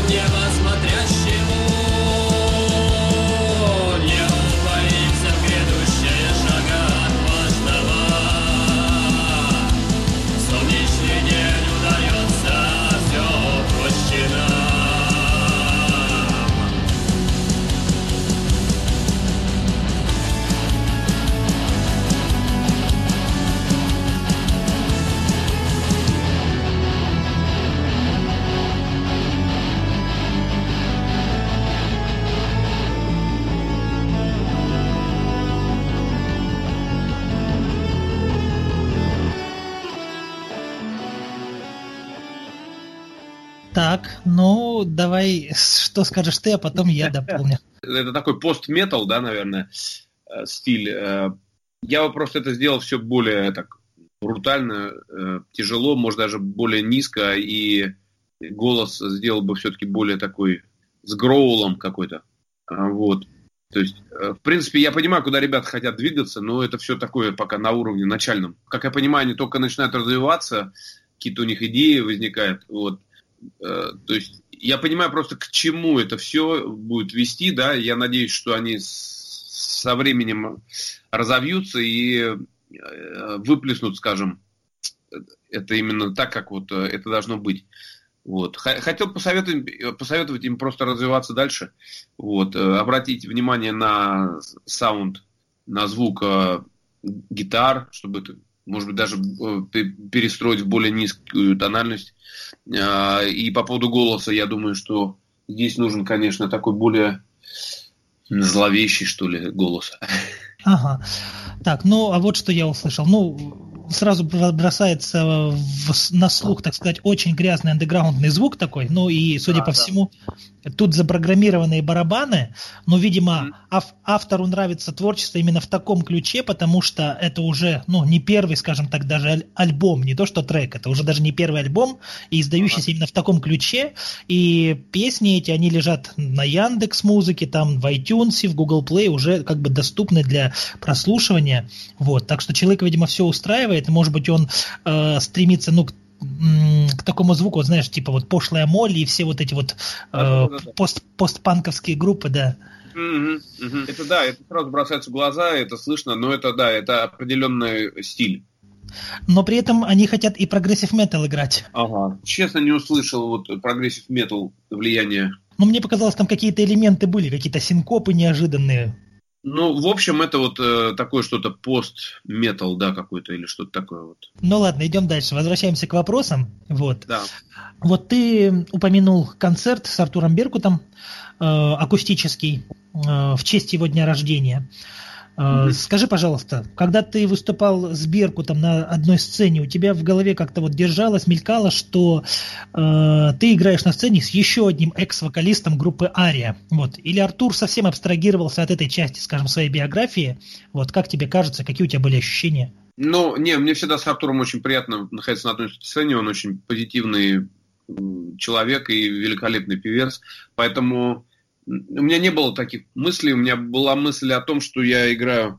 в небо смотрящему. Не убоимся в грядущее шага отважного. Солнечный день удается, все прощено. Так, ну давай, что скажешь ты, а потом я дополню. Это такой пост-метал, да, наверное, стиль. Я бы просто это сделал все более так брутально, тяжело, может даже более низко, и голос сделал бы все-таки более такой с гроулом какой-то. Вот. То есть, в принципе, я понимаю, куда ребята хотят двигаться, но это все такое пока на уровне начальном. Как я понимаю, они только начинают развиваться, какие-то у них идеи возникают. Вот. То есть я понимаю просто, к чему это все будет вести, да, я надеюсь, что они со временем разовьются и выплеснут, скажем, это именно так, как вот это должно быть. Вот. Хотел посоветовать им просто развиваться дальше, вот, обратить внимание на саунд, на звук гитар, чтобы это, может быть, даже перестроить в более низкую тональность. И по поводу голоса, я думаю, что здесь нужен, конечно, такой более зловещий, что ли, голос. Ага. Так, ну, а вот что я услышал. Ну, сразу бросается на слух, так сказать, очень грязный андеграундный звук такой. Ну, и, судя по всему, тут запрограммированные барабаны. Но, видимо, автору нравится творчество именно в таком ключе, потому что это уже, ну, не первый, скажем так, даже альбом, не то что трек, это уже даже не первый альбом, и издающийся именно в таком ключе. И песни эти, они лежат на Яндекс.Музыке, там в iTunes, в Google Play, уже как бы доступны для прослушивания. Вот. Так что человек, видимо, все устраивает, и, может быть, он стремится, ну, к такому звуку, вот, знаешь, типа вот пошлая Молли и все вот эти вот постпанковские группы, да. Это да, это сразу бросается в глаза, это слышно, но это да, это определенный стиль. Но при этом они хотят и прогрессив метал играть. Ага. Честно, не услышал вот прогрессив метал влияние. Но мне показалось, там какие-то элементы были, какие-то синкопы неожиданные. Ну, в общем, это вот такое что-то пост-метал, да, какой-то, или что-то такое вот. Ну ладно, идем дальше. Возвращаемся к вопросам. Вот. Да. Вот ты упомянул концерт с Артуром Беркутом, акустический, в честь его дня рождения. Скажи, пожалуйста, когда ты выступал с Беркутом на одной сцене, у тебя в голове как-то вот держалось, мелькало, что ты играешь на сцене с еще одним экс-вокалистом группы Ария, вот. Или Артур совсем абстрагировался от этой части, скажем, своей биографии, вот, как тебе кажется, какие у тебя были ощущения? Ну, не, мне всегда с Артуром очень приятно находиться на одной сцене, он очень позитивный человек и великолепный певец, поэтому... У меня не было таких мыслей, у меня была мысль о том, что я играю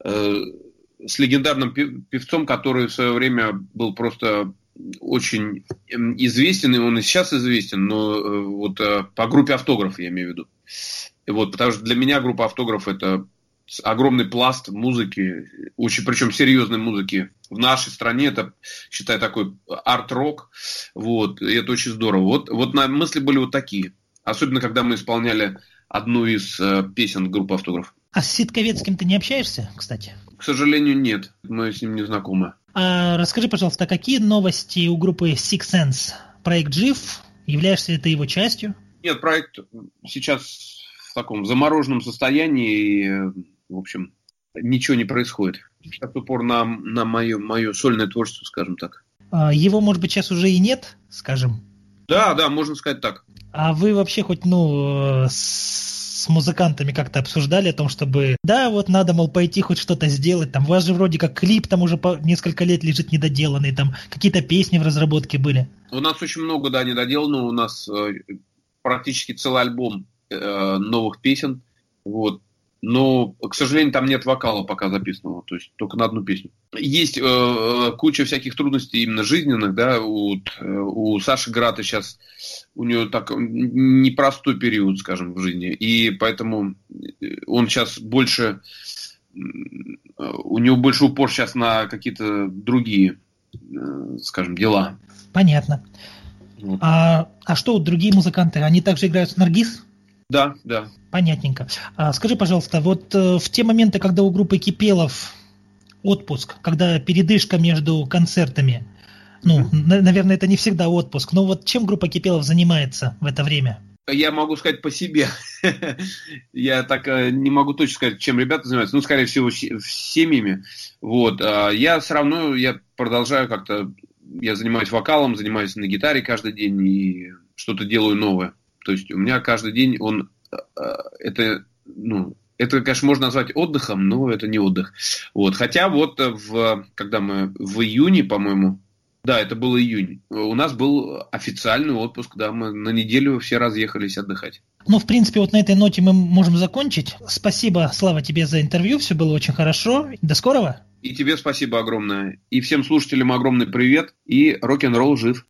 с легендарным певцом, который в свое время был просто очень известен, и он и сейчас известен, но вот по группе «Автограф» я имею в виду. И вот, потому что для меня группа «Автограф» — это огромный пласт музыки, очень, причем серьезной музыки. В нашей стране это, считай, такой арт-рок, вот, и это очень здорово. Вот мысли были вот такие. Особенно, когда мы исполняли одну из песен группы «Автограф». А с Ситковецким ты не общаешься, кстати? К сожалению, нет. Мы с ним не знакомы. А расскажи, пожалуйста, какие новости у группы Six Sense? Проект жив? Являешься ли ты его частью? Нет, проект сейчас в таком замороженном состоянии. И, в общем, ничего не происходит. Сейчас упор на мое сольное творчество, скажем так. Его, может быть, сейчас уже и нет, скажем? Да, можно сказать так. А вы вообще хоть, с музыкантами как-то обсуждали о том, чтобы, да, вот надо, мол, пойти хоть что-то сделать, там, у вас же вроде как клип там уже несколько лет лежит недоделанный, там, какие-то песни в разработке были? У нас очень много, да, недоделано, у нас практически целый альбом новых песен, вот, Но, к сожалению, там нет вокала пока записанного, то есть только на одну песню. Есть куча всяких трудностей именно жизненных, да, у Саши Грата сейчас, у него так непростой период, скажем, в жизни, и поэтому он сейчас больше, у него больше упор сейчас на какие-то другие, скажем, дела. Понятно. Вот. А что другие музыканты, они также играют с Наргиз? Да. Понятненько. Скажи, пожалуйста, вот в те моменты, когда у группы Кипелов отпуск, когда передышка между концертами, наверное, это не всегда отпуск, но вот чем группа Кипелов занимается в это время? Я могу сказать по себе. Я так не могу точно сказать, чем ребята занимаются. Скорее всего, семьями. Вот. Я все равно, я продолжаю как-то, я занимаюсь вокалом, занимаюсь на гитаре каждый день и что-то делаю новое. То есть у меня каждый день это, конечно, можно назвать отдыхом, но это не отдых. Вот. Хотя когда мы в июне, по-моему, да, это был июнь, у нас был официальный отпуск, да, мы на неделю все разъехались отдыхать. В принципе, вот на этой ноте мы можем закончить. Спасибо, Слава, тебе за интервью, все было очень хорошо. До скорого. И тебе спасибо огромное. И всем слушателям огромный привет. И рок-н-ролл жив.